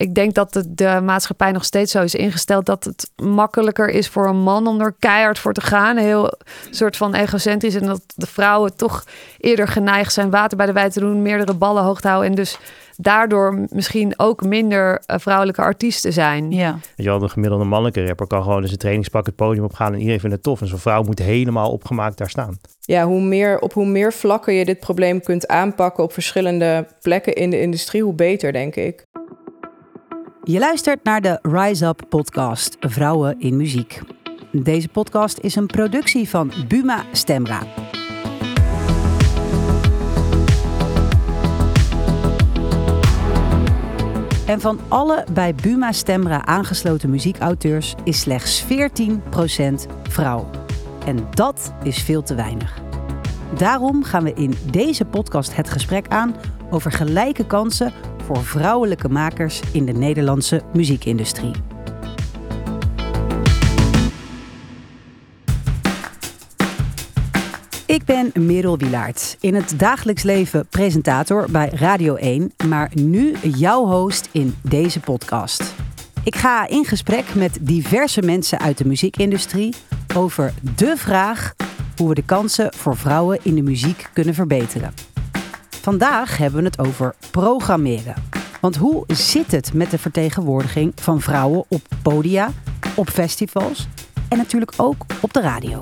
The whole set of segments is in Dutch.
Ik denk dat de maatschappij nog steeds zo is ingesteld dat het makkelijker is voor een man om er keihard voor te gaan. Heel soort van egocentrisch. En dat de vrouwen toch eerder geneigd zijn water bij de wijn te doen, meerdere ballen hoog te houden. En dus daardoor misschien ook minder vrouwelijke artiesten zijn. Ja. Je had een gemiddelde mannelijke rapper kan gewoon in zijn trainingspak het podium opgaan en iedereen vindt het tof. En zo'n vrouw moet helemaal opgemaakt daar staan. Ja, hoe meer vlakken je dit probleem kunt aanpakken op verschillende plekken in de industrie, hoe beter, denk ik. Je luistert naar de Rise Up podcast Vrouwen in Muziek. Deze podcast is een productie van Buma Stemra. En van alle bij Buma Stemra aangesloten muziekauteurs is slechts 14% vrouw. En dat is veel te weinig. Daarom gaan we in deze podcast het gesprek aan over gelijke kansen voor vrouwelijke makers in de Nederlandse muziekindustrie. Ik ben Merel Wielaert, in het dagelijks leven presentator bij Radio 1, maar nu jouw host in deze podcast. Ik ga in gesprek met diverse mensen uit de muziekindustrie over de vraag hoe we de kansen voor vrouwen in de muziek kunnen verbeteren. Vandaag hebben we het over programmeren. Want hoe zit het met de vertegenwoordiging van vrouwen op podia, op festivals en natuurlijk ook op de radio?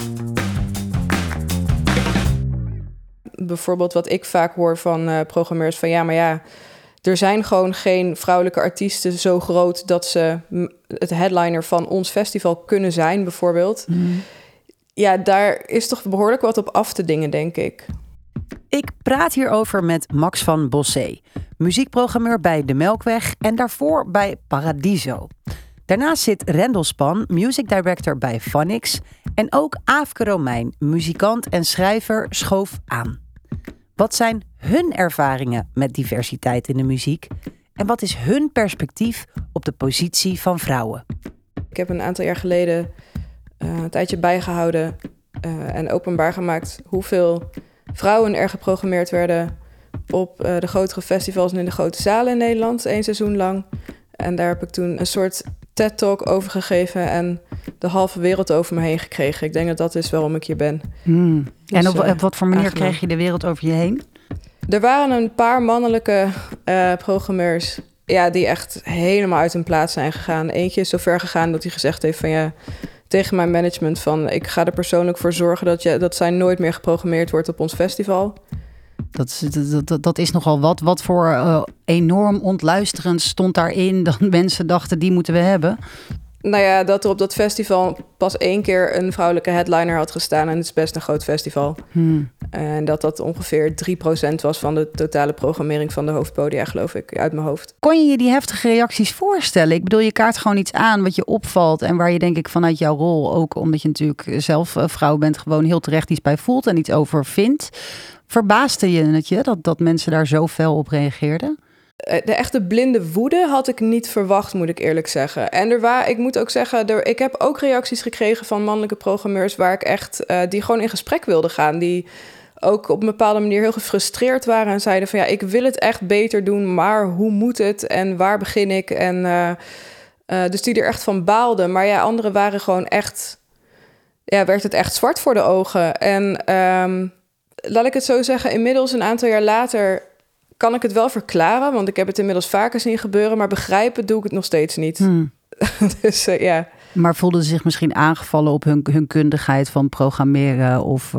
Bijvoorbeeld wat ik vaak hoor van programmeurs van er zijn gewoon geen vrouwelijke artiesten zo groot dat ze het headliner van ons festival kunnen zijn, bijvoorbeeld. Ja, daar is toch behoorlijk wat op af te dingen, denk ik. Ik praat hierover met Max van Bossé, muziekprogrammeur bij De Melkweg en daarvoor bij Paradiso. Daarnaast zit Rendel Span, music director bij Phonics en ook Aafke Romein, muzikant en schrijver, schoof aan. Wat zijn hun ervaringen met diversiteit in de muziek en wat is hun perspectief op de positie van vrouwen? Ik heb een aantal jaar geleden een tijdje bijgehouden en openbaar gemaakt hoeveel vrouwen er geprogrammeerd werden op de grotere festivals en in de grote zalen in Nederland, 1 seizoen lang. En daar heb ik toen een soort TED-talk over gegeven en de halve wereld over me heen gekregen. Ik denk dat dat is waarom ik hier ben. Dus, en op wat voor manier kreeg je de wereld over je heen? Er waren een paar mannelijke programmeurs die echt helemaal uit hun plaats zijn gegaan. Eentje is zo ver gegaan dat hij gezegd heeft van tegen mijn management van ik ga er persoonlijk voor zorgen dat zij nooit meer geprogrammeerd wordt op ons festival. Dat is nogal wat. Wat voor enorm ontluisterend stond daarin dat mensen dachten die moeten we hebben? Nou ja, dat er op dat festival pas 1 keer een vrouwelijke headliner had gestaan en het is best een groot festival. En dat ongeveer 3% was van de totale programmering van de hoofdpodia, geloof ik, uit mijn hoofd. Kon je die heftige reacties voorstellen? Ik bedoel, je kaart gewoon iets aan wat je opvalt en waar je denk ik vanuit jouw rol, ook omdat je natuurlijk zelf vrouw bent, gewoon heel terecht iets bij voelt en iets over vindt. Verbaasde je het je dat mensen daar zo fel op reageerden? De echte blinde woede had ik niet verwacht, moet ik eerlijk zeggen. En ik moet ook zeggen, ik heb ook reacties gekregen van mannelijke programmeurs waar ik echt die gewoon in gesprek wilden gaan. Die ook op een bepaalde manier heel gefrustreerd waren en zeiden van ik wil het echt beter doen, maar hoe moet het en waar begin ik? En dus die er echt van baalden. Maar anderen waren gewoon echt, werd het echt zwart voor de ogen. En laat ik het zo zeggen, inmiddels een aantal jaar later kan ik het wel verklaren, want ik heb het inmiddels vaker zien gebeuren, maar begrijpen doe ik het nog steeds niet. Dus ja. Maar voelden ze zich misschien aangevallen op hun kundigheid van programmeren of?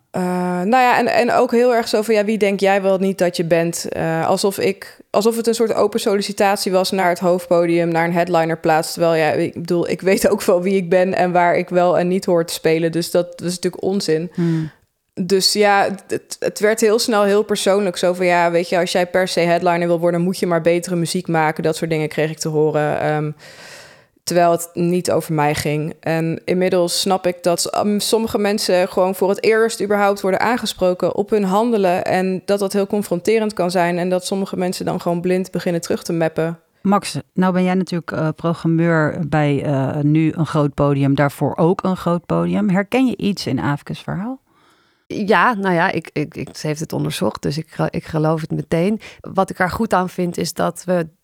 En ook heel erg zo van wie denk jij wel niet dat je bent? Alsof het een soort open sollicitatie was naar het hoofdpodium, naar een headliner plaats. Terwijl ik weet ook wel wie ik ben en waar ik wel en niet hoor te spelen. Dus dat is natuurlijk onzin. Dus het werd heel snel heel persoonlijk. Zo van weet je, als jij per se headliner wil worden, moet je maar betere muziek maken. Dat soort dingen kreeg ik te horen. Terwijl het niet over mij ging. En inmiddels snap ik dat sommige mensen gewoon voor het eerst überhaupt worden aangesproken op hun handelen. En dat heel confronterend kan zijn. En dat sommige mensen dan gewoon blind beginnen terug te mappen. Max, nou ben jij natuurlijk programmeur bij nu een groot podium. Daarvoor ook een groot podium. Herken je iets in Aafke's verhaal? Ja, ze heeft het onderzocht, dus ik geloof het meteen. Wat ik er goed aan vind, is dat we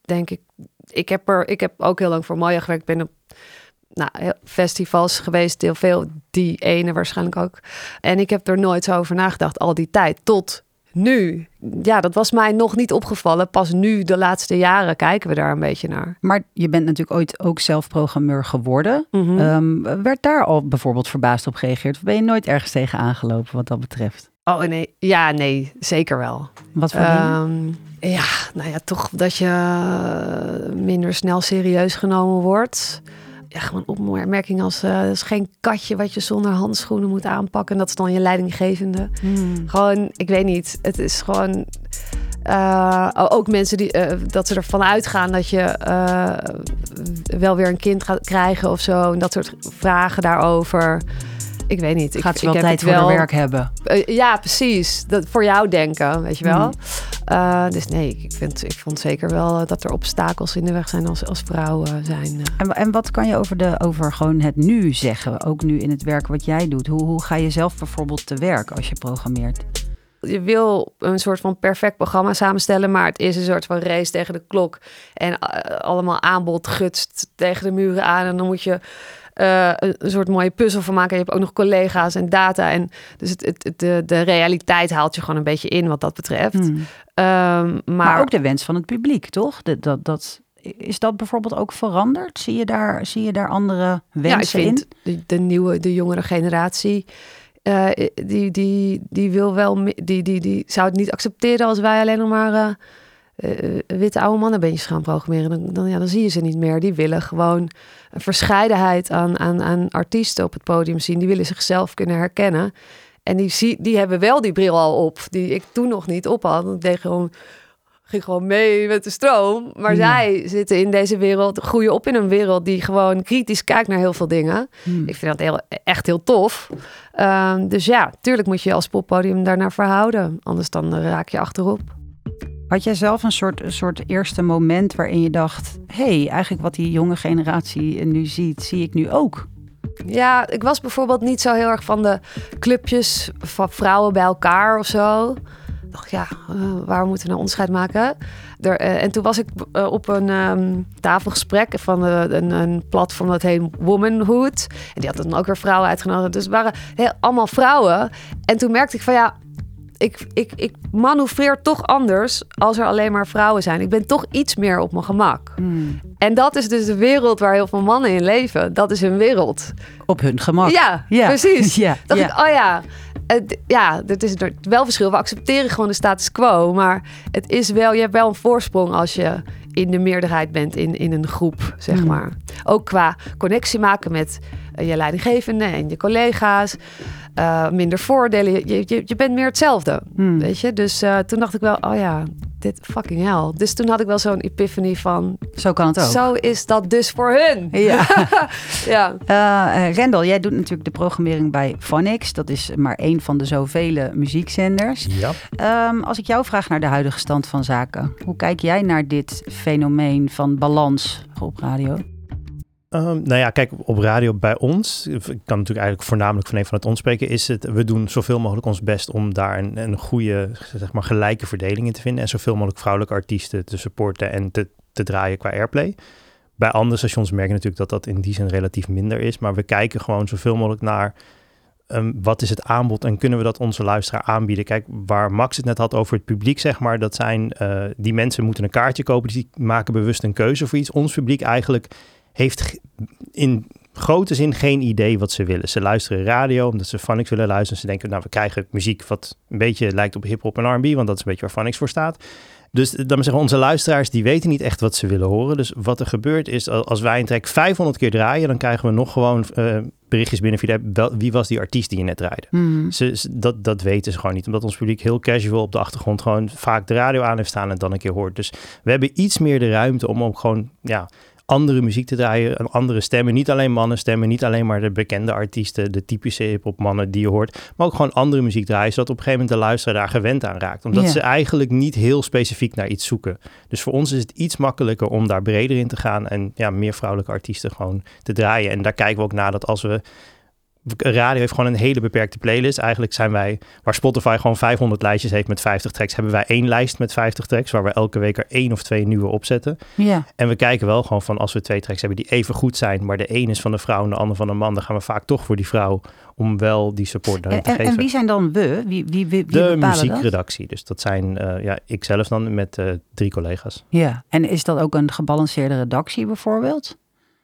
denk ik... Ik heb ook heel lang voor Moja gewerkt. Ik ben op festivals geweest, heel veel. Die ene waarschijnlijk ook. En ik heb er nooit zo over nagedacht al die tijd. Tot nu. Ja, dat was mij nog niet opgevallen. Pas nu, de laatste jaren, kijken we daar een beetje naar. Maar je bent natuurlijk ooit ook zelf programmeur geworden. Werd daar al bijvoorbeeld verbaasd op gereageerd? Of ben je nooit ergens tegen aangelopen wat dat betreft? Oh nee, ja, nee, zeker wel. Wat voor dingen? Toch dat je minder snel serieus genomen wordt. Ja, gewoon opmerkingen als dat is geen katje wat je zonder handschoenen moet aanpakken. En dat is dan je leidinggevende. Gewoon, ik weet niet. Het is gewoon ook mensen die dat ze ervan uitgaan dat je wel weer een kind gaat krijgen of zo. En dat soort vragen daarover. Ik weet niet. Gaat ze wel tijd voor haar werk hebben? Ja, precies. Dat voor jou denken, weet je wel. Dus nee, ik vond zeker wel dat er obstakels in de weg zijn als vrouwen zijn. En wat kan je over gewoon het nu zeggen? Ook nu in het werk wat jij doet. Hoe ga je zelf bijvoorbeeld te werk als je programmeert? Je wil een soort van perfect programma samenstellen, maar het is een soort van race tegen de klok. En allemaal aanbod gutst tegen de muren aan. En dan moet je een soort mooie puzzel van maken. Je hebt ook nog collega's en data. En dus de realiteit haalt je gewoon een beetje in wat dat betreft. Maar ook de wens van het publiek, toch? Is dat bijvoorbeeld ook veranderd? Zie je daar andere wensen in? De jongere generatie... Die wil wel, die zou het niet accepteren als wij alleen nog maar witte oude mannenbeentjes gaan programmeren. Dan zie je ze niet meer. Die willen gewoon een verscheidenheid aan artiesten op het podium zien. Die willen zichzelf kunnen herkennen. En die hebben wel die bril al op, die ik toen nog niet op had. Ik ging gewoon mee met de stroom. Maar zij zitten in deze wereld, groeien op in een wereld die gewoon kritisch kijkt naar heel veel dingen. Ik vind dat echt heel tof. Dus ja, tuurlijk moet je als poppodium daarnaar verhouden. Anders dan raak je achterop. Had jij zelf een soort eerste moment waarin je dacht... eigenlijk wat die jonge generatie nu ziet, zie ik nu ook? Ja, ik was bijvoorbeeld niet zo heel erg van de clubjes van vrouwen bij elkaar of zo. Ik dacht, waar moeten we nou onderscheid maken? En toen was ik op een tafelgesprek van een platform dat heet Womanhood. En die had dan ook weer vrouwen uitgenodigd. Dus het waren allemaal vrouwen. En toen merkte ik van ik manoeuvreer toch anders als er alleen maar vrouwen zijn. Ik ben toch iets meer op mijn gemak. En dat is dus de wereld waar heel veel mannen in leven. Dat is hun wereld. Op hun gemak. Ja. Precies. Dacht ik, het is wel verschil. We accepteren gewoon de status quo. Maar het is wel, je hebt wel een voorsprong als je in de meerderheid bent in een groep, zeg maar. Ook qua connectie maken met je leidinggevende en je collega's. Minder voordelen. Je bent meer hetzelfde, weet je. Dus toen dacht ik wel, dit fucking hell. Dus toen had ik wel zo'n epiphany van... Zo kan het ook. Zo is dat dus voor hun. Ja. Rendel, jij doet natuurlijk de programmering bij Phonics. Dat is maar één van de zoveel muziekzenders. Ja. Als ik jou vraag naar de huidige stand van zaken. Hoe kijk jij naar dit fenomeen van balans op radio? Kijk, op radio bij ons, ik kan natuurlijk eigenlijk voornamelijk van het ons spreken, is het, we doen zoveel mogelijk ons best om daar een goede, zeg maar, gelijke verdeling in te vinden en zoveel mogelijk vrouwelijke artiesten te supporten en te draaien qua airplay. Bij andere stations merken natuurlijk dat in die zin relatief minder is, maar we kijken gewoon zoveel mogelijk naar wat is het aanbod en kunnen we dat onze luisteraar aanbieden. Kijk, waar Max het net had over het publiek, zeg maar, dat zijn die mensen moeten een kaartje kopen, dus die maken bewust een keuze voor iets. Ons publiek eigenlijk heeft in grote zin geen idee wat ze willen. Ze luisteren radio omdat ze Phonics willen luisteren. Ze denken, we krijgen muziek wat een beetje lijkt op hip-hop en R&B, want dat is een beetje waar Phonics voor staat. Dus dan zeggen onze luisteraars, die weten niet echt wat ze willen horen. Dus wat er gebeurt is, als wij een track 500 keer draaien, dan krijgen we nog gewoon berichtjes binnen via wie was die artiest die je net draaide. Dat weten ze gewoon niet, omdat ons publiek heel casual op de achtergrond gewoon vaak de radio aan heeft staan en dan een keer hoort. Dus we hebben iets meer de ruimte om ook gewoon, andere muziek te draaien, andere stemmen. Niet alleen mannenstemmen, niet alleen maar de bekende artiesten, de typische hip-hop mannen die je hoort, maar ook gewoon andere muziek draaien, zodat op een gegeven moment de luisteraar daar gewend aan raakt. Omdat ze eigenlijk niet heel specifiek naar iets zoeken. Dus voor ons is het iets makkelijker om daar breder in te gaan en meer vrouwelijke artiesten gewoon te draaien. En daar kijken we ook naar dat als we radio heeft gewoon een hele beperkte playlist. Eigenlijk zijn wij, waar Spotify gewoon 500 lijstjes heeft met 50 tracks, hebben wij 1 lijst met 50 tracks, waar we elke week er 1 of 2 nieuwe opzetten. Ja. En we kijken wel gewoon van, als we 2 tracks hebben die even goed zijn, maar de een is van de vrouw en de ander van de man, dan gaan we vaak toch voor die vrouw om wel die support daarin te geven. En wie zijn dan we? Wie de bepalen muziekredactie. Dus dat zijn ikzelf dan met 3 collega's. Ja, en is dat ook een gebalanceerde redactie bijvoorbeeld?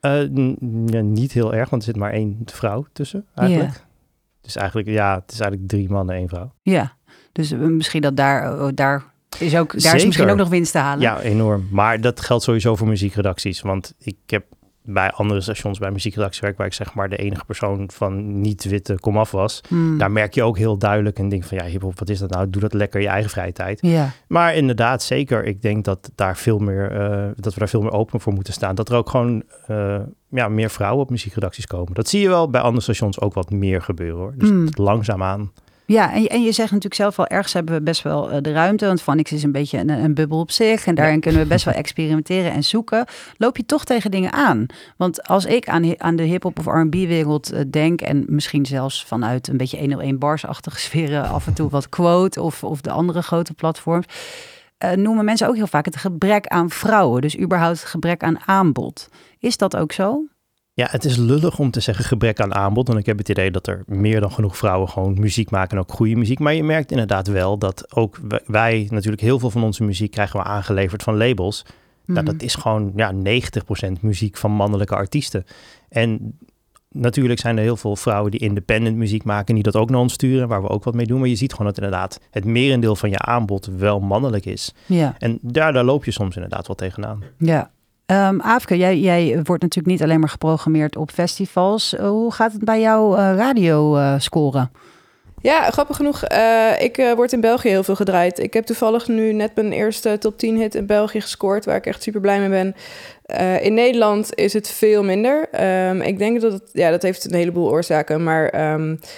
Niet heel erg, want er zit maar 1 vrouw tussen eigenlijk. Ja. Dus eigenlijk, het is eigenlijk 3 mannen, 1 vrouw. Ja, dus misschien dat daar is Zeker. misschien ook nog winst te halen. Ja, enorm. Maar dat geldt sowieso voor muziekredacties. Want ik heb bij andere stations bij muziekredacties werk, waar ik zeg maar de enige persoon van niet-witte komaf was. Daar merk je ook heel duidelijk en denk van, ja, hiphop, wat is dat nou? Doe dat lekker in je eigen vrije tijd. Ja. Maar inderdaad, zeker. Ik denk dat dat we daar veel meer open voor moeten staan. Dat er ook gewoon meer vrouwen op muziekredacties komen. Dat zie je wel bij andere stations ook wat meer gebeuren, hoor. Dus langzaamaan. Ja, en je zegt natuurlijk zelf wel, ergens hebben we best wel de ruimte. Want Phonics is een beetje een bubbel op zich. En daarin kunnen we best wel experimenteren en zoeken. Loop je toch tegen dingen aan? Want als ik aan de hiphop of R&B-wereld denk, en misschien zelfs vanuit een beetje 101 bars-achtige sferen af en toe wat quote of de andere grote platforms, noemen mensen ook heel vaak het gebrek aan vrouwen. Dus überhaupt het gebrek aan aanbod. Is dat ook zo? Ja, het is lullig om te zeggen gebrek aan aanbod. Want ik heb het idee dat er meer dan genoeg vrouwen gewoon muziek maken en ook goede muziek. Maar je merkt inderdaad wel dat ook wij natuurlijk heel veel van onze muziek krijgen we aangeleverd van labels. Nou, dat is gewoon 90% muziek van mannelijke artiesten. En natuurlijk zijn er heel veel vrouwen die independent muziek maken, die dat ook naar ons sturen, waar we ook wat mee doen. Maar je ziet gewoon dat inderdaad het merendeel van je aanbod wel mannelijk is. Ja. En daar loop je soms inderdaad wel tegenaan. Ja. Aafke, jij wordt natuurlijk niet alleen maar geprogrammeerd op festivals. Hoe gaat het bij jou radio scoren? Ja, grappig genoeg. Ik word in België heel veel gedraaid. Ik heb toevallig nu net mijn eerste top 10 hit in België gescoord, waar ik echt super blij mee ben. In Nederland is het veel minder. Ik denk dat dat heeft een heleboel oorzaken. Maar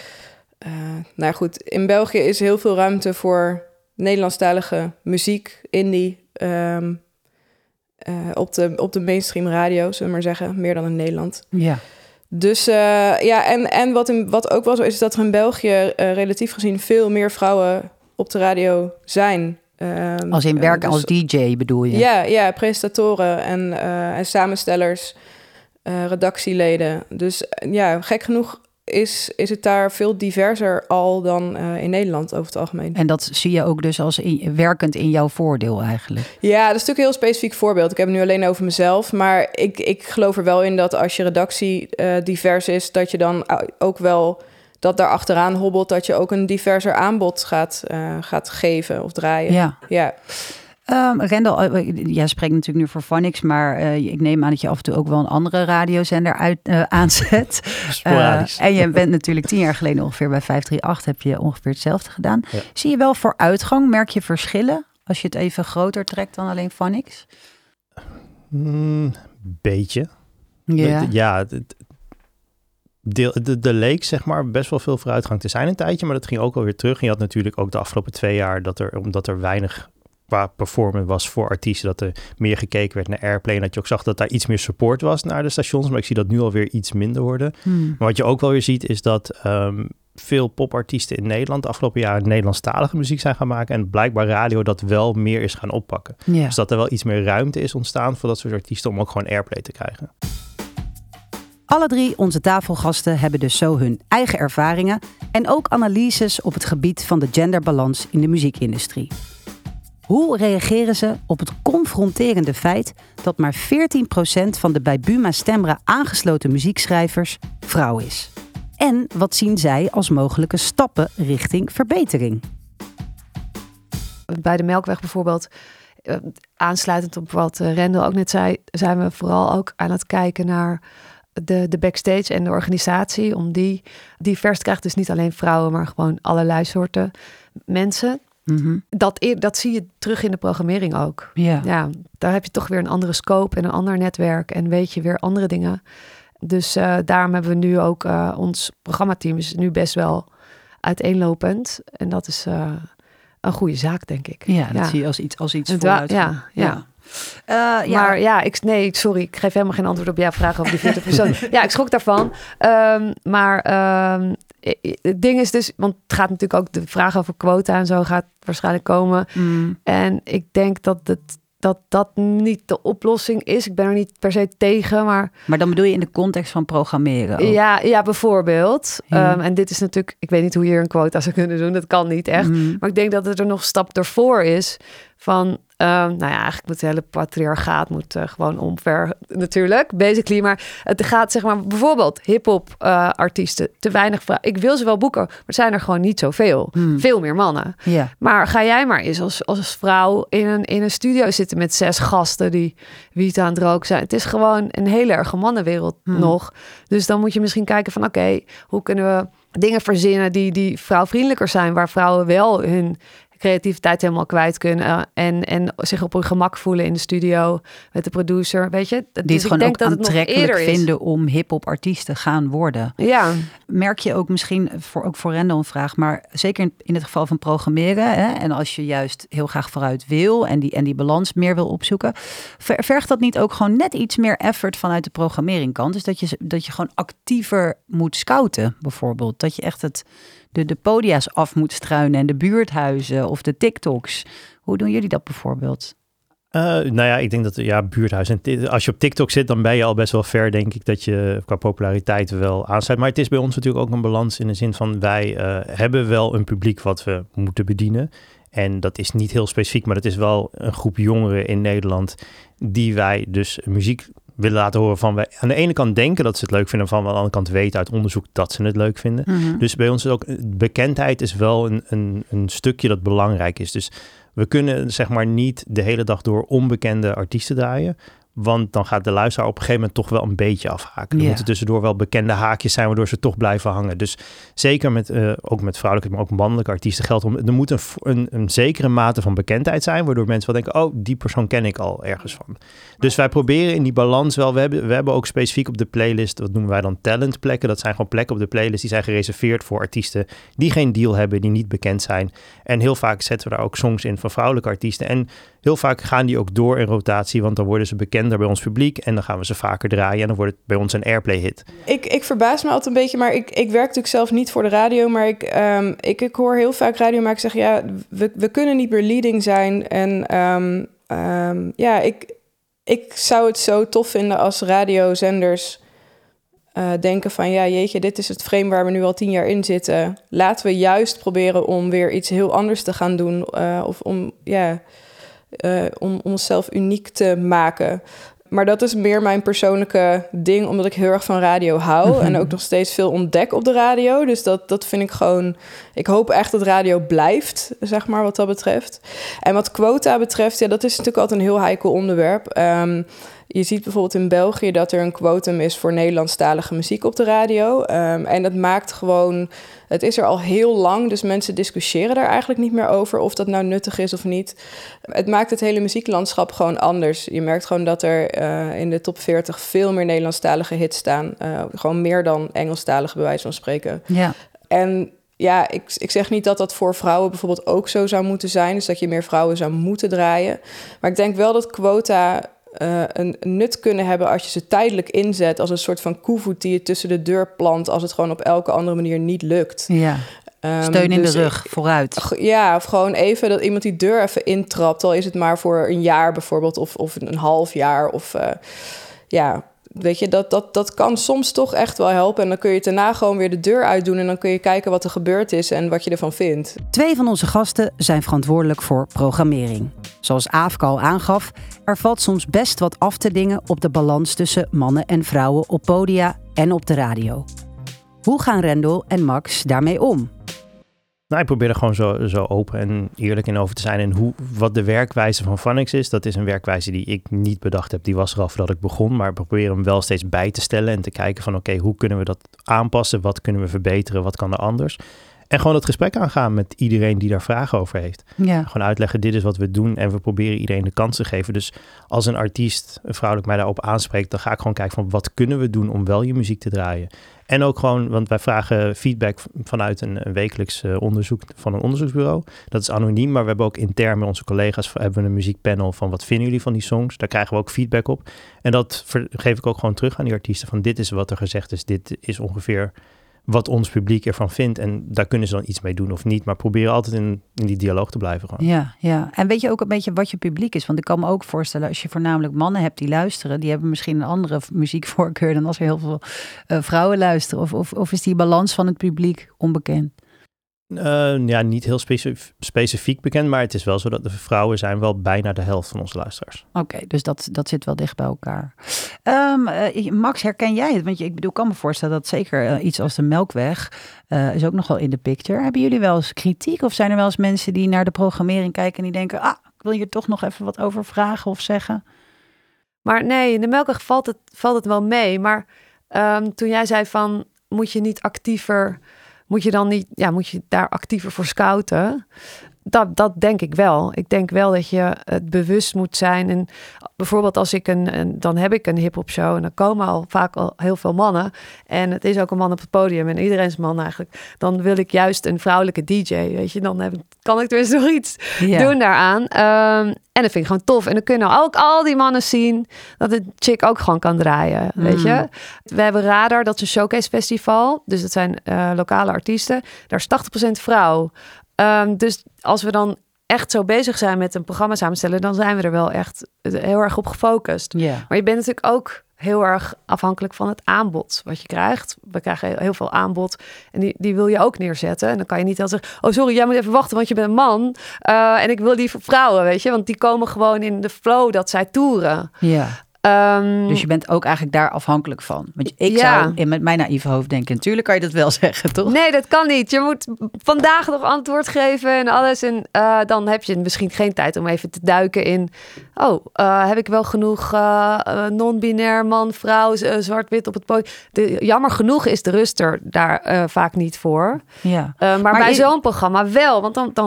goed, in België is heel veel ruimte voor Nederlandstalige muziek, indie, op de mainstream radio, zullen we maar zeggen. Meer dan in Nederland. Ja. Dus en wat ook wel zo is dat er in België relatief gezien veel meer vrouwen op de radio zijn. Als in werken als DJ bedoel je? Ja, presentatoren en samenstellers, redactieleden. Dus gek genoeg is het daar veel diverser al dan in Nederland over het algemeen. En dat zie je ook dus als werkend in jouw voordeel eigenlijk? Ja, dat is natuurlijk een heel specifiek voorbeeld. Ik heb het nu alleen over mezelf. Maar ik geloof er wel in dat als je redactie divers is, dat je dan ook wel dat daar achteraan hobbelt, dat je ook een diverser aanbod gaat geven of draaien. Ja. Rendel, jij spreekt natuurlijk nu voor Phonics, maar ik neem aan dat je af en toe ook wel een andere radiozender aanzet. En je bent natuurlijk 10 jaar geleden ongeveer bij 538, heb je ongeveer hetzelfde gedaan. Ja. Zie je wel vooruitgang? Merk je verschillen als je het even groter trekt dan alleen Phonics? Beetje. Ja. De leek zeg maar best wel veel vooruitgang te zijn een tijdje, maar dat ging ook alweer terug. En je had natuurlijk ook de afgelopen 2 jaar omdat er weinig qua performance was voor artiesten, dat er meer gekeken werd naar airplay en dat je ook zag dat daar iets meer support was naar de stations, maar ik zie dat nu alweer iets minder worden. Maar wat je ook wel weer ziet is dat veel popartiesten in Nederland de afgelopen jaren Nederlandstalige muziek zijn gaan maken en blijkbaar radio dat wel meer is gaan oppakken. Ja. Dus dat er wel iets meer ruimte is ontstaan voor dat soort artiesten om ook gewoon airplay te krijgen. Alle 3 onze tafelgasten hebben dus zo hun eigen ervaringen en ook analyses op het gebied van de genderbalans in de muziekindustrie. Hoe reageren ze op het confronterende feit dat maar 14% van de bij Buma Stemra aangesloten muziekschrijvers vrouw is? En wat zien zij als mogelijke stappen richting verbetering? Bij de Melkweg bijvoorbeeld, aansluitend op wat Rendel ook net zei, zijn we vooral ook aan het kijken naar de backstage en de organisatie, om die divers te krijgen. Dus niet alleen vrouwen, maar gewoon allerlei soorten mensen. Mm-hmm. Dat zie je terug in de programmering ook. Yeah. Ja, daar heb je toch weer een andere scope en een ander netwerk en weet je weer andere dingen. Dus daarom hebben we nu ook ons programmateam is nu best wel uiteenlopend. En dat is een goede zaak, denk ik. Ja, dat zie je als iets vooruit. Ja. Maar ja, sorry, ik geef helemaal geen antwoord op jouw vraag over die 40 personen. Ja, ik schrok daarvan. Het ding is dus, want het gaat natuurlijk ook, de vraag over quota en zo gaat waarschijnlijk komen. En ik denk dat niet de oplossing is. Ik ben er niet per se tegen, maar... Maar dan bedoel je in de context van programmeren ook? Ja, bijvoorbeeld. En dit is natuurlijk... Ik weet niet hoe je een quota zou kunnen doen. Dat kan niet echt. Maar ik denk dat het er nog een stap ervoor is van... eigenlijk moet de hele patriarchaat gewoon omver natuurlijk, basically. Maar het gaat zeg maar bijvoorbeeld hip-hop artiesten, te weinig vrouwen. Ik wil ze wel boeken, maar er zijn er gewoon niet zoveel. Veel meer mannen. Yeah. Maar ga jij maar eens als vrouw in een studio zitten met 6 gasten die wiet aan het roken zijn. Het is gewoon een hele erge mannenwereld nog. Dus dan moet je misschien kijken van oké, hoe kunnen we dingen verzinnen die vrouwvriendelijker zijn, waar vrouwen wel hun creativiteit helemaal kwijt kunnen en zich op hun gemak voelen in de studio met de producer, weet je. Die dus het gewoon ook aantrekkelijk vinden vinden om hip-hop artiesten gaan worden. Ja. Merk je ook misschien, ook voor Rendel een vraag, maar zeker in het geval van programmeren, hè, en als je juist heel graag vooruit wil en die balans meer wil opzoeken, vergt dat niet ook gewoon net iets meer effort vanuit de programmeringkant? Dus dat je gewoon actiever moet scouten, bijvoorbeeld. Dat je echt de podia's af moet struinen en de buurthuizen of de TikToks. Hoe doen jullie dat bijvoorbeeld? Ik denk dat buurthuis. En als je op TikTok zit, dan ben je al best wel ver, denk ik, dat je qua populariteit wel aansluit. Maar het is bij ons natuurlijk ook een balans in de zin van wij hebben wel een publiek wat we moeten bedienen. En dat is niet heel specifiek, maar het is wel een groep jongeren in Nederland die wij dus muziek willen laten horen van wij aan de ene kant denken dat ze het leuk vinden, van aan de andere kant weten uit onderzoek dat ze het leuk vinden. Dus bij ons is ook bekendheid is wel een stukje dat belangrijk is. Dus we kunnen zeg maar niet de hele dag door onbekende artiesten draaien. Want dan gaat de luisteraar op een gegeven moment toch wel een beetje afhaken. Er moeten tussendoor wel bekende haakjes zijn, waardoor ze toch blijven hangen. Dus zeker ook met vrouwelijke, maar ook mannelijke artiesten geldt er moet een zekere mate van bekendheid zijn, waardoor mensen wel denken, oh, die persoon ken ik al ergens van. Dus wij proberen in die balans wel, we hebben ook specifiek op de playlist, wat noemen wij dan talentplekken. Dat zijn gewoon plekken op de playlist die zijn gereserveerd voor artiesten die geen deal hebben, die niet bekend zijn. En heel vaak zetten we daar ook songs in van vrouwelijke artiesten. En heel vaak gaan die ook door in rotatie, want dan worden ze bekender bij ons publiek en dan gaan we ze vaker draaien en dan wordt het bij ons een airplay hit. Ik verbaas me altijd een beetje, maar ik werk natuurlijk zelf niet voor de radio, maar ik hoor heel vaak radiomakers zeggen, ja, we kunnen niet meer leading zijn en ik zou het zo tof vinden als radiozenders denken van, ja, jeetje, dit is het frame waar we nu al 10 jaar in zitten. Laten we juist proberen om weer iets heel anders te gaan doen of om onszelf uniek te maken. Maar dat is meer mijn persoonlijke ding, omdat ik heel erg van radio hou en ook nog steeds veel ontdek op de radio. Dus dat vind ik gewoon... Ik hoop echt dat radio blijft, zeg maar, wat dat betreft. En wat quota betreft, ja, dat is natuurlijk altijd een heel heikel onderwerp. Je ziet bijvoorbeeld in België dat er een quotum is voor Nederlandstalige muziek op de radio. En dat maakt gewoon... Het is er al heel lang, dus mensen discussiëren daar eigenlijk niet meer over of dat nou nuttig is of niet. Het maakt het hele muzieklandschap gewoon anders. Je merkt gewoon dat er in de top 40 veel meer Nederlandstalige hits staan. Gewoon meer dan Engelstalige, bij wijze van spreken. Ja. En ja, ik zeg niet dat dat voor vrouwen bijvoorbeeld ook zo zou moeten zijn. Dus dat je meer vrouwen zou moeten draaien. Maar ik denk wel dat quota een nut kunnen hebben als je ze tijdelijk inzet als een soort van koevoet die je tussen de deur plant als het gewoon op elke andere manier niet lukt. Ja. Steun in de rug, vooruit. Ja, of gewoon even dat iemand die deur even intrapt, al is het maar voor een jaar bijvoorbeeld of een half jaar of weet je, dat kan soms toch echt wel helpen. En dan kun je het daarna gewoon weer de deur uitdoen en dan kun je kijken wat er gebeurd is en wat je ervan vindt. 2 van onze gasten zijn verantwoordelijk voor programmering. Zoals Aafke al aangaf, er valt soms best wat af te dingen op de balans tussen mannen en vrouwen op podia en op de radio. Hoe gaan Rendel en Max daarmee om? Nou, ik probeer er gewoon zo open en eerlijk in over te zijn. En wat de werkwijze van Phonics is, dat is een werkwijze die ik niet bedacht heb. Die was er al voordat ik begon, maar ik probeer hem wel steeds bij te stellen en te kijken van oké, hoe kunnen we dat aanpassen? Wat kunnen we verbeteren? Wat kan er anders? En gewoon het gesprek aangaan met iedereen die daar vragen over heeft. Ja. Gewoon uitleggen, dit is wat we doen en we proberen iedereen de kans te geven. Dus als een artiest, een vrouwelijk mij daarop aanspreekt, dan ga ik gewoon kijken van wat kunnen we doen om wel je muziek te draaien. En ook gewoon, want wij vragen feedback vanuit een wekelijks onderzoek van een onderzoeksbureau. Dat is anoniem, maar we hebben ook intern met onze collega's hebben we een muziekpanel van wat vinden jullie van die songs. Daar krijgen we ook feedback op. En dat geef ik ook gewoon terug aan die artiesten van dit is wat er gezegd is, dit is ongeveer wat ons publiek ervan vindt. En daar kunnen ze dan iets mee doen of niet. Maar proberen altijd in die dialoog te blijven gewoon. Ja. En weet je ook een beetje wat je publiek is? Want ik kan me ook voorstellen, als je voornamelijk mannen hebt die luisteren, die hebben misschien een andere muziekvoorkeur dan als er heel veel vrouwen luisteren. Of is die balans van het publiek onbekend? Niet heel specifiek bekend, maar het is wel zo dat de vrouwen zijn wel bijna de helft van onze luisteraars. Oké, dus dat zit wel dicht bij elkaar. Max, herken jij het? Want ik kan me voorstellen dat zeker iets als de Melkweg is ook nog wel in de picture. Hebben jullie wel eens kritiek of zijn er wel eens mensen die naar de programmering kijken en die denken, ik wil hier toch nog even wat over vragen of zeggen? Maar nee, in de Melkweg valt het wel mee. Maar toen jij zei van, moet je daar actiever voor scouten? Dat denk ik wel. Ik denk wel dat je het bewust moet zijn. En bijvoorbeeld als ik dan heb ik een hip-hop show en dan komen vaak al heel veel mannen. En het is ook een man op het podium en iedereen is man eigenlijk. Dan wil ik juist een vrouwelijke DJ, weet je. Dan kan ik dus nog iets doen daaraan. En dat vind ik gewoon tof. En dan kunnen ook al die mannen zien dat de chick ook gewoon kan draaien, weet je. We hebben Radar, dat is een showcase festival. Dus dat zijn lokale artiesten. Daar is 80% vrouw. Dus als we dan echt zo bezig zijn met een programma samenstellen, dan zijn we er wel echt heel erg op gefocust. Yeah. Maar je bent natuurlijk ook heel erg afhankelijk van het aanbod wat je krijgt. We krijgen heel veel aanbod en die wil je ook neerzetten. En dan kan je niet altijd zeggen, sorry, jij moet even wachten, want je bent een man. En ik wil die voor vrouwen, weet je. Want die komen gewoon in de flow dat zij toeren. Ja. Dus je bent ook eigenlijk daar afhankelijk van. Want ik zou met mijn naïeve hoofd denken, natuurlijk kan je dat wel zeggen, toch? Nee, dat kan niet. Je moet vandaag nog antwoord geven en alles. En dan heb je misschien geen tijd om even te duiken in, heb ik wel genoeg non-binair man, vrouw, zwart-wit op het podium. Jammer genoeg is de rust er daar vaak niet voor. Ja. Maar bij zo'n programma wel, want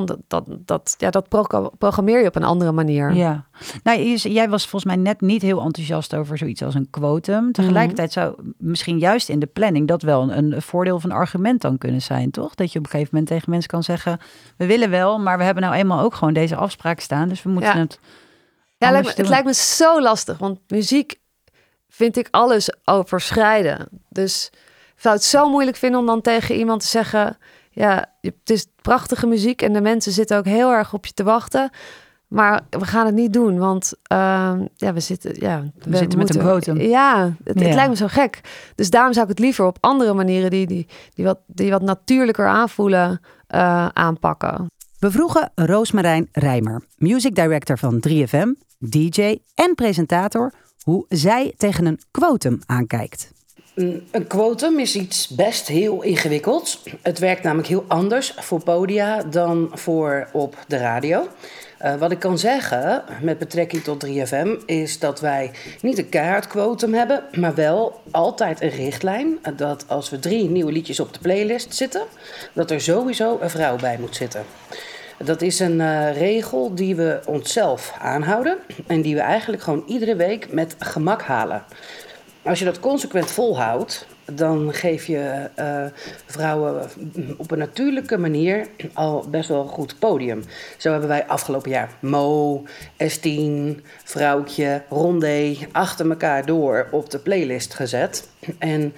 dat programmeer je op een andere manier. Ja. Nou, jij was volgens mij net niet heel enthousiast over zoiets als een quotum. Tegelijkertijd zou misschien juist in de planning dat wel een voordeel of een argument dan kunnen zijn, toch? Dat je op een gegeven moment tegen mensen kan zeggen, we willen wel, maar we hebben nou eenmaal ook gewoon deze afspraak staan, dus we moeten het... Ja, het lijkt me zo lastig, want muziek vind ik alles overschrijden. Dus ik zou het zo moeilijk vinden om dan tegen iemand te zeggen, ja, het is prachtige muziek en de mensen zitten ook heel erg op je te wachten. Maar we gaan het niet doen, want we zitten met een quotum. Ja, het lijkt me zo gek. Dus daarom zou ik het liever op andere manieren die wat natuurlijker aanvoelen aanpakken. We vroegen Roosmarijn Rijmer, music director van 3FM, DJ en presentator, hoe zij tegen een quotum aankijkt. Een quotum is iets best heel ingewikkelds. Het werkt namelijk heel anders voor podia dan voor op de radio. Wat ik kan zeggen met betrekking tot 3FM is dat wij niet een keihard quotum hebben, maar wel altijd een richtlijn dat als we 3 nieuwe liedjes op de playlist zitten, dat er sowieso een vrouw bij moet zitten. Dat is een regel die we onszelf aanhouden en die we eigenlijk gewoon iedere week met gemak halen. Als je dat consequent volhoudt, dan geef je vrouwen op een natuurlijke manier al best wel een goed podium. Zo hebben wij afgelopen jaar Mo, S10, Vrouwtje, Rondé achter elkaar door op de playlist gezet. En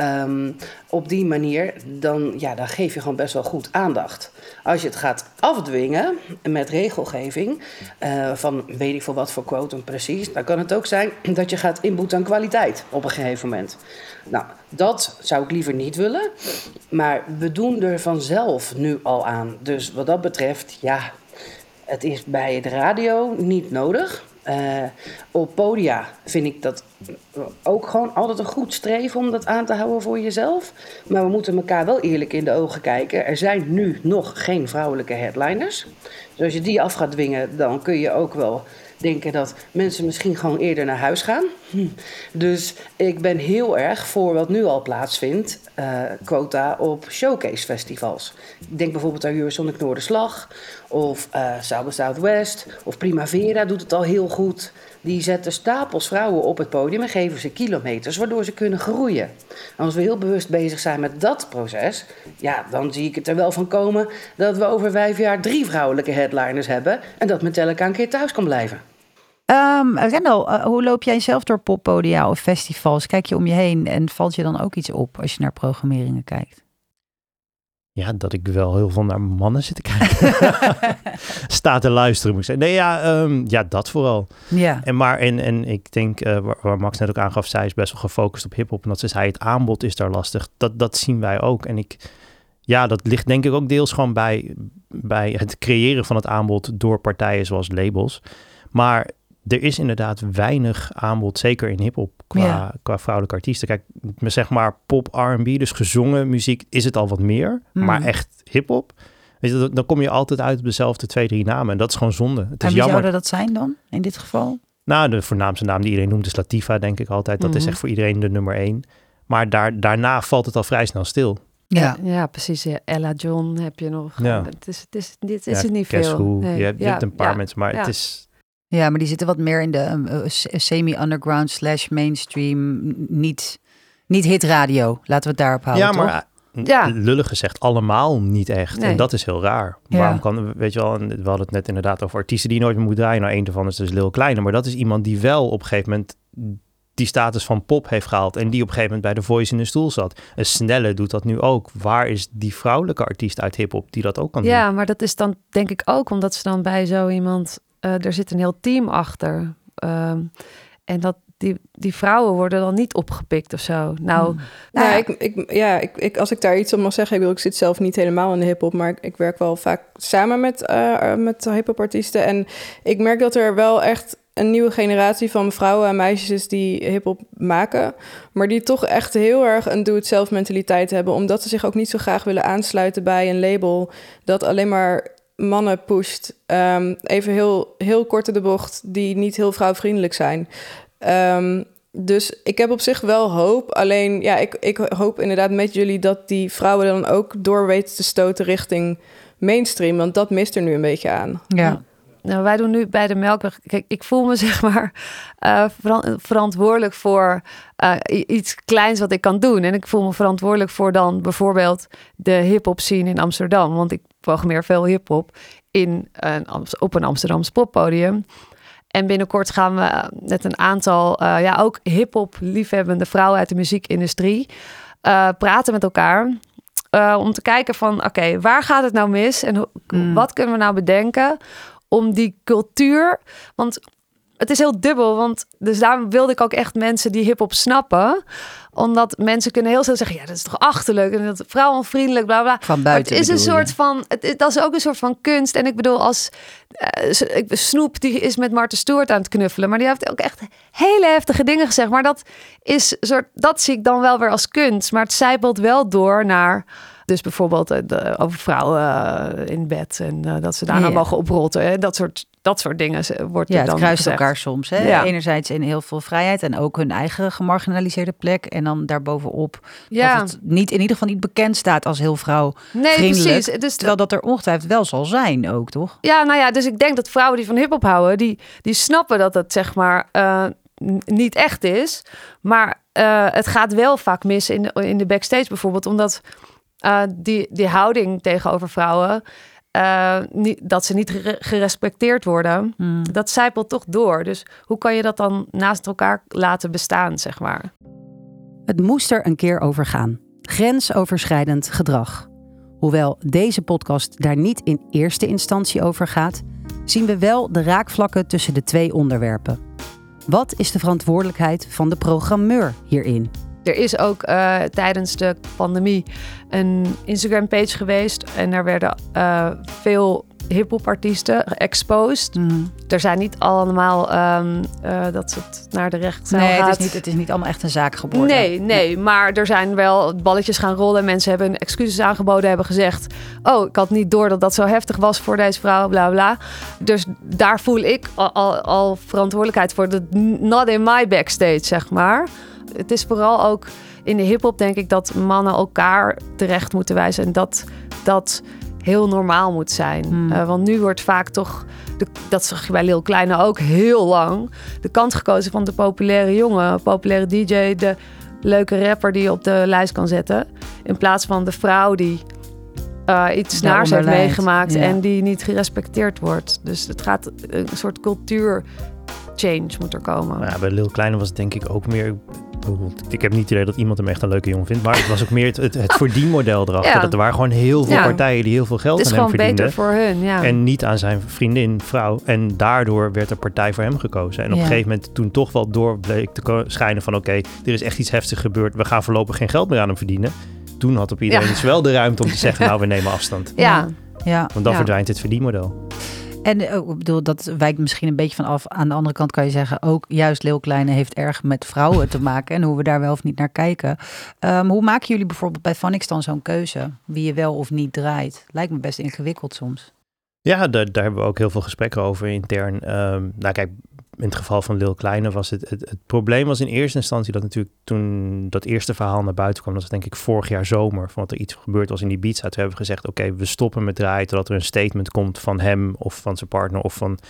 op die manier, dan geef je gewoon best wel goed aandacht. Als je het gaat afdwingen met regelgeving, van weet ik veel wat voor quotum precies, dan kan het ook zijn dat je gaat inboeten aan kwaliteit op een gegeven moment. Nou, dat zou ik liever niet willen, maar we doen er vanzelf nu al aan. Dus wat dat betreft, het is bij de radio niet nodig. Op podia vind ik dat ook gewoon altijd een goed streven om dat aan te houden voor jezelf. Maar we moeten elkaar wel eerlijk in de ogen kijken. Er zijn nu nog geen vrouwelijke headliners. Dus als je die af gaat dwingen, dan kun je ook wel denken dat mensen misschien gewoon eerder naar huis gaan. Dus ik ben heel erg voor wat nu al plaatsvindt, quota op showcase festivals. Ik denk bijvoorbeeld aan Eurosonic Noorderslag of South by Southwest of Primavera doet het al heel goed. Die zetten stapels vrouwen op het podium en geven ze kilometers, waardoor ze kunnen groeien. En als we heel bewust bezig zijn met dat proces, ja, dan zie ik het er wel van komen dat we over 5 jaar 3 vrouwelijke headliners hebben en dat Metallica een keer thuis kan blijven. Rendel, hoe loop jij zelf door poppodia of festivals? Kijk je om je heen en valt je dan ook iets op als je naar programmeringen kijkt? Ja, dat ik wel heel veel naar mannen zit te kijken. Sta te luisteren, moet ik zeggen. Nee, ja, dat vooral. Ja. En ik denk, waar Max net ook aangaf, zij is best wel gefocust op hiphop. En dat ze zei, het aanbod is daar lastig. Dat zien wij ook. En dat ligt denk ik ook deels gewoon bij het creëren van het aanbod door partijen zoals labels. Maar er is inderdaad weinig aanbod, zeker in hiphop, qua vrouwelijke artiesten. Kijk, zeg maar pop, R&B, dus gezongen muziek is het al wat meer. Maar echt hiphop, weet je, dan kom je altijd uit op dezelfde 2-3 namen. En dat is gewoon zonde. Het is wie jammer. zouden dat zijn dan, in dit geval? Nou, de voornaamste naam die iedereen noemt is Latifah, denk ik altijd. Dat is echt voor iedereen de nummer 1. Maar daarna valt het al vrij snel stil. Ja, precies. Ja. Ella John heb je nog. Ja. Dit is het niet veel. Nee. Je hebt een paar mensen, maar het is... Ja, maar die zitten wat meer in de semi-underground / mainstream, niet hitradio. Laten we het daarop houden, toch? Maar lullig gezegd, allemaal niet echt. Nee. En dat is heel raar. Ja. Waarom kan, weet je wel, we hadden het net inderdaad over artiesten die nooit meer moeten draaien. Nou, één daarvan is dus Lil Kleine. Maar dat is iemand die wel op een gegeven moment die status van pop heeft gehaald en die op een gegeven moment bij The Voice in de stoel zat. Een Snelle doet dat nu ook. Waar is die vrouwelijke artiest uit hiphop die dat ook kan doen? Ja, maar dat is dan denk ik ook omdat ze dan bij zo iemand... er zit een heel team achter. En dat die vrouwen worden dan niet opgepikt of zo. Als ik daar iets op mag zeggen... Ik zit zelf niet helemaal in de hiphop... maar ik werk wel vaak samen met hiphopartiesten. En ik merk dat er wel echt een nieuwe generatie van vrouwen en meisjes is die hiphop maken... maar die toch echt heel erg een do-it-zelf mentaliteit hebben... omdat ze zich ook niet zo graag willen aansluiten bij een label... dat alleen maar mannen pusht. Even heel kort in de bocht... die niet heel vrouwvriendelijk zijn... Dus ik heb op zich wel hoop. Alleen, ja, ik hoop inderdaad met jullie... dat die vrouwen dan ook door weten te stoten richting mainstream. Want dat mist er nu een beetje aan. Ja. Nou, wij doen nu bij de Melkweg... Kijk, ik voel me zeg maar verantwoordelijk voor iets kleins wat ik kan doen. En ik voel me verantwoordelijk voor dan bijvoorbeeld de hip-hop scene in Amsterdam. Want ik programmeer veel hip-hop op een Amsterdamse poppodium. En binnenkort gaan we met een aantal ook hip-hop liefhebbende vrouwen uit de muziekindustrie praten met elkaar. Om te kijken van oké, waar gaat het nou mis? En wat kunnen we nou bedenken om die cultuur... Want het is heel dubbel, want dus daarom wilde ik ook echt mensen die hip-hop snappen. Omdat mensen kunnen heel snel zeggen, ja, dat is toch achterlijk en dat vrouwenvriendelijk, bla bla. Van buiten. Maar het is een soort van, dat is ook een soort van kunst. En ik bedoel, als Snoep die is met Martha Stewart aan het knuffelen, maar die heeft ook echt hele heftige dingen gezegd. Maar dat zie ik dan wel weer als kunst. Maar het zijpelt wel door naar... Dus bijvoorbeeld over vrouwen in bed en dat ze daarna mogen oprotten. Hè? Dat soort dingen wordt er dan het kruist gezegd. elkaar soms. Hè? Ja. Enerzijds in heel veel vrijheid en ook hun eigen gemarginaliseerde plek. En dan daarbovenop dat het niet in ieder geval niet bekend staat als heel vrouwvriendelijk. Nee, precies. Dus terwijl dat er ongetwijfeld wel zal zijn ook, toch? Ja, nou ja, dus ik denk dat vrouwen die van hiphop houden, die snappen dat het zeg maar niet echt is. Maar het gaat wel vaak mis in de backstage bijvoorbeeld, omdat... Die houding tegenover vrouwen, dat ze niet gerespecteerd worden, dat zijpelt toch door. Dus hoe kan je dat dan naast elkaar laten bestaan, zeg maar? Het moest er een keer over gaan. Grensoverschrijdend gedrag. Hoewel deze podcast daar niet in eerste instantie over gaat, zien we wel de raakvlakken tussen de twee onderwerpen. Wat is de verantwoordelijkheid van de programmeur hierin? Er is ook tijdens de pandemie een Instagram-page geweest. En daar werden veel hip-hop-artiesten exposed. Er zijn niet allemaal dat het naar de rechtszaal gaat. Het is niet allemaal echt een zaak geworden. Nee, maar er zijn wel balletjes gaan rollen. Mensen hebben excuses aangeboden, hebben gezegd... ik had niet door dat dat zo heftig was voor deze vrouw, bla bla. Dus daar voel ik al verantwoordelijkheid voor. Not in my backstage, zeg maar. Het is vooral ook in de hiphop, denk ik, dat mannen elkaar terecht moeten wijzen. En dat heel normaal moet zijn. Want nu wordt vaak toch, dat zag je bij Lil Kleine ook heel lang, de kant gekozen van de populaire jongen, populaire DJ, de leuke rapper die je op de lijst kan zetten. In plaats van de vrouw die iets naars heeft meegemaakt en die niet gerespecteerd wordt. Dus het gaat een soort cultuur change moet er komen. Ja, bij Lil Kleine was het denk ik ook meer... Ik heb niet het idee dat iemand hem echt een leuke jongen vindt. Maar het was ook meer het verdienmodel erachter. Ja. Dat er waren gewoon heel veel partijen die heel veel geld aan hem verdienden. Het is gewoon beter voor hun, En niet aan zijn vriendin, vrouw. En daardoor werd er partij voor hem gekozen. En op een gegeven moment toen toch wel door bleek te schijnen van... oké, er is echt iets heftigs gebeurd. We gaan voorlopig geen geld meer aan hem verdienen. Toen had op iedereen dus wel de ruimte om te zeggen... nou, we nemen afstand. Ja. Want dan verdwijnt het verdienmodel. En ik bedoel, dat wijkt misschien een beetje van af. Aan de andere kant kan je zeggen, ook juist Lil Kleine heeft erg met vrouwen te maken. En hoe we daar wel of niet naar kijken. Hoe maken jullie bijvoorbeeld bij Phonics dan zo'n keuze? Wie je wel of niet draait? Lijkt me best ingewikkeld soms. Ja, daar hebben we ook heel veel gesprekken over intern. Nou kijk, in het geval van Lil Kleine was het probleem was in eerste instantie dat natuurlijk toen dat eerste verhaal naar buiten kwam, dat was denk ik vorig jaar zomer, van wat er iets gebeurd was in Ibiza. Toen hebben we gezegd, oké, we stoppen met draaien totdat er een statement komt van hem of van zijn partner of van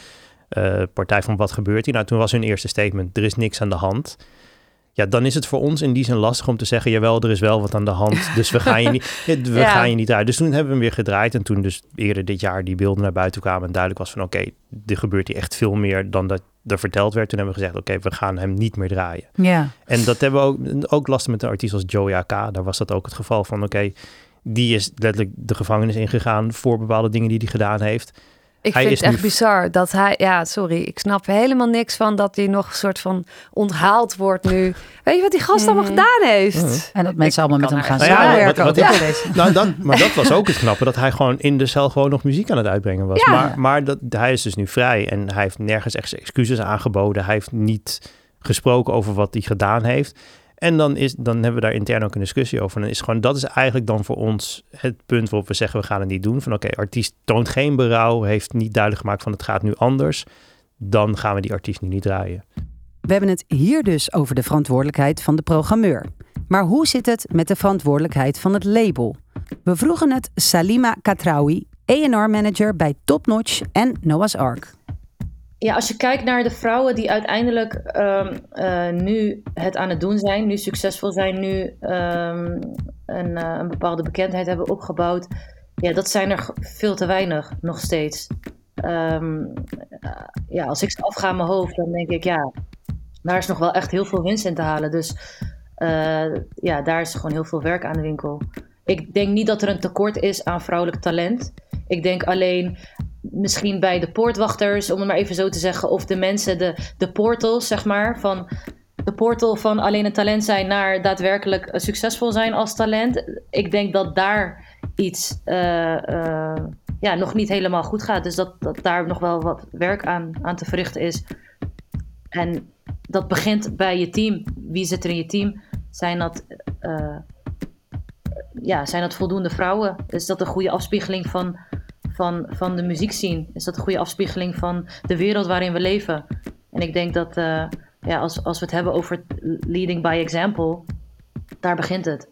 partij van wat gebeurt hier. Nou, toen was hun eerste statement, er is niks aan de hand. Ja, dan is het voor ons in die zin lastig om te zeggen, jawel, er is wel wat aan de hand, dus we gaan je niet, gaan je niet uit. Dus toen hebben we hem weer gedraaid en toen dus eerder dit jaar die beelden naar buiten kwamen en duidelijk was van oké, er gebeurt hier echt veel meer dan dat er verteld werd. Toen hebben we gezegd, oké, we gaan hem niet meer draaien. Ja. En dat hebben we ook lastig met een artiest als Joey AK. Daar was dat ook het geval van, oké, die is letterlijk de gevangenis ingegaan voor bepaalde dingen die hij gedaan heeft. Ik vind het echt bizar dat hij... Ja, sorry, ik snap helemaal niks van dat hij nog een soort van onthaald wordt nu. Weet je wat die gast allemaal gedaan heeft? En dat mensen allemaal met hem gaan samenwerken. Maar dat was ook het knappe, dat hij gewoon in de cel gewoon nog muziek aan het uitbrengen was. Ja. Maar hij is dus nu vrij en hij heeft nergens echt excuses aangeboden. Hij heeft niet gesproken over wat hij gedaan heeft. En dan hebben we daar intern ook een discussie over. En dan is gewoon, dat is eigenlijk dan voor ons het punt waarop we zeggen, we gaan het niet doen. Van oké, artiest toont geen berouw, heeft niet duidelijk gemaakt van het gaat nu anders. Dan gaan we die artiest nu niet draaien. We hebben het hier dus over de verantwoordelijkheid van de programmeur. Maar hoe zit het met de verantwoordelijkheid van het label? We vroegen het Salima Katraoui, A&R-manager bij Top Notch en Noah's Ark. Ja, als je kijkt naar de vrouwen die uiteindelijk nu het aan het doen zijn, nu succesvol zijn, nu een bepaalde bekendheid hebben opgebouwd. Ja, dat zijn er veel te weinig nog steeds. Als ik ze afga aan mijn hoofd, dan denk ik, ja, daar is nog wel echt heel veel winst in te halen. Dus daar is gewoon heel veel werk aan de winkel. Ik denk niet dat er een tekort is aan vrouwelijk talent. Ik denk alleen misschien bij de poortwachters, om het maar even zo te zeggen, of de mensen, de portals, zeg maar, van de portal van alleen een talent zijn naar daadwerkelijk succesvol zijn als talent. Ik denk dat daar iets nog niet helemaal goed gaat. Dus dat daar nog wel wat werk aan te verrichten is. En dat begint bij je team. Wie zit er in je team? Zijn dat voldoende vrouwen? Is dat een goede afspiegeling van de muziekscene? Is dat een goede afspiegeling van de wereld waarin we leven? En ik denk dat als we het hebben over leading by example, daar begint het.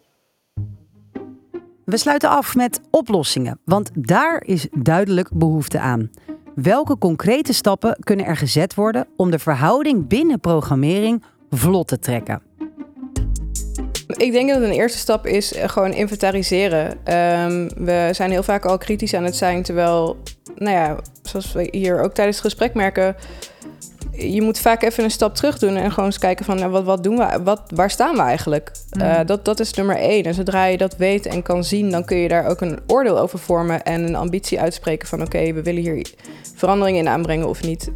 We sluiten af met oplossingen, want daar is duidelijk behoefte aan. Welke concrete stappen kunnen er gezet worden om de verhouding binnen programmering vlot te trekken? Ik denk dat een eerste stap is gewoon inventariseren. We zijn heel vaak al kritisch aan het zijn, terwijl, zoals we hier ook tijdens het gesprek merken, je moet vaak even een stap terug doen en gewoon eens kijken van wat doen we, waar staan we eigenlijk? Dat is nummer 1. En zodra je dat weet en kan zien, dan kun je daar ook een oordeel over vormen en een ambitie uitspreken van oké, we willen hier verandering in aanbrengen of niet.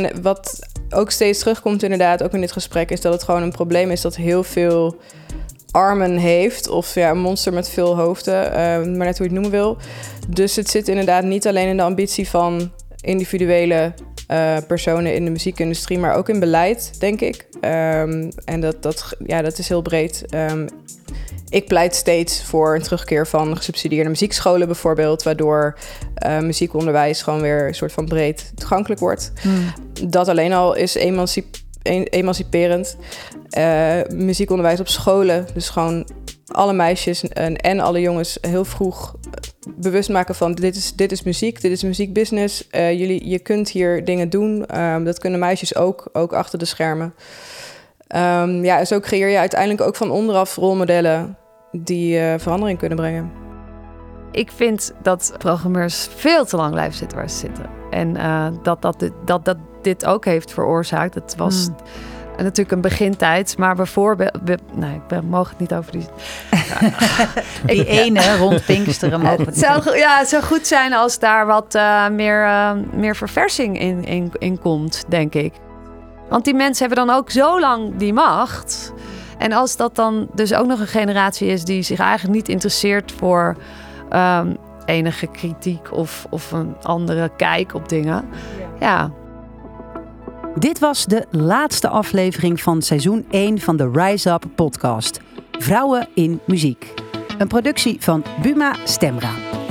Wat ook steeds terugkomt inderdaad, ook in dit gesprek, is dat het gewoon een probleem is dat heel veel armen heeft. Of een monster met veel hoofden, maar net hoe je het noemen wil. Dus het zit inderdaad niet alleen in de ambitie van individuele personen in de muziekindustrie, maar ook in beleid, denk ik. En dat is heel breed. Ik pleit steeds voor een terugkeer van gesubsidieerde muziekscholen bijvoorbeeld, waardoor muziekonderwijs gewoon weer een soort van breed toegankelijk wordt. Dat alleen al is emanciperend. Muziekonderwijs op scholen, dus gewoon alle meisjes en alle jongens heel vroeg bewust maken van dit is muziek, dit is muziekbusiness. Je kunt hier dingen doen. Dat kunnen meisjes ook achter de schermen. Zo creëer je uiteindelijk ook van onderaf rolmodellen die verandering kunnen brengen. Ik vind dat programmeurs veel te lang blijven zitten waar ze zitten. En dat dit ook heeft veroorzaakt. Het was natuurlijk een begintijd, maar bijvoorbeeld... ik mag het niet over die... Die ene rond Pinksteren mogen het zou goed zijn als daar wat meer verversing in komt, denk ik. Want die mensen hebben dan ook zo lang die macht. En als dat dan dus ook nog een generatie is die zich eigenlijk niet interesseert voor enige kritiek of een andere kijk op dingen. Ja. Dit was de laatste aflevering van seizoen 1 van de Rise Up podcast. Vrouwen in muziek. Een productie van Buma Stemra.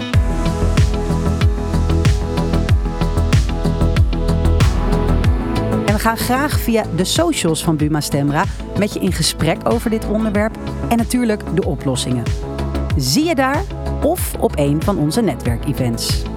En we gaan graag via de socials van Buma Stemra met je in gesprek over dit onderwerp en natuurlijk de oplossingen. Zie je daar of op een van onze netwerkevents.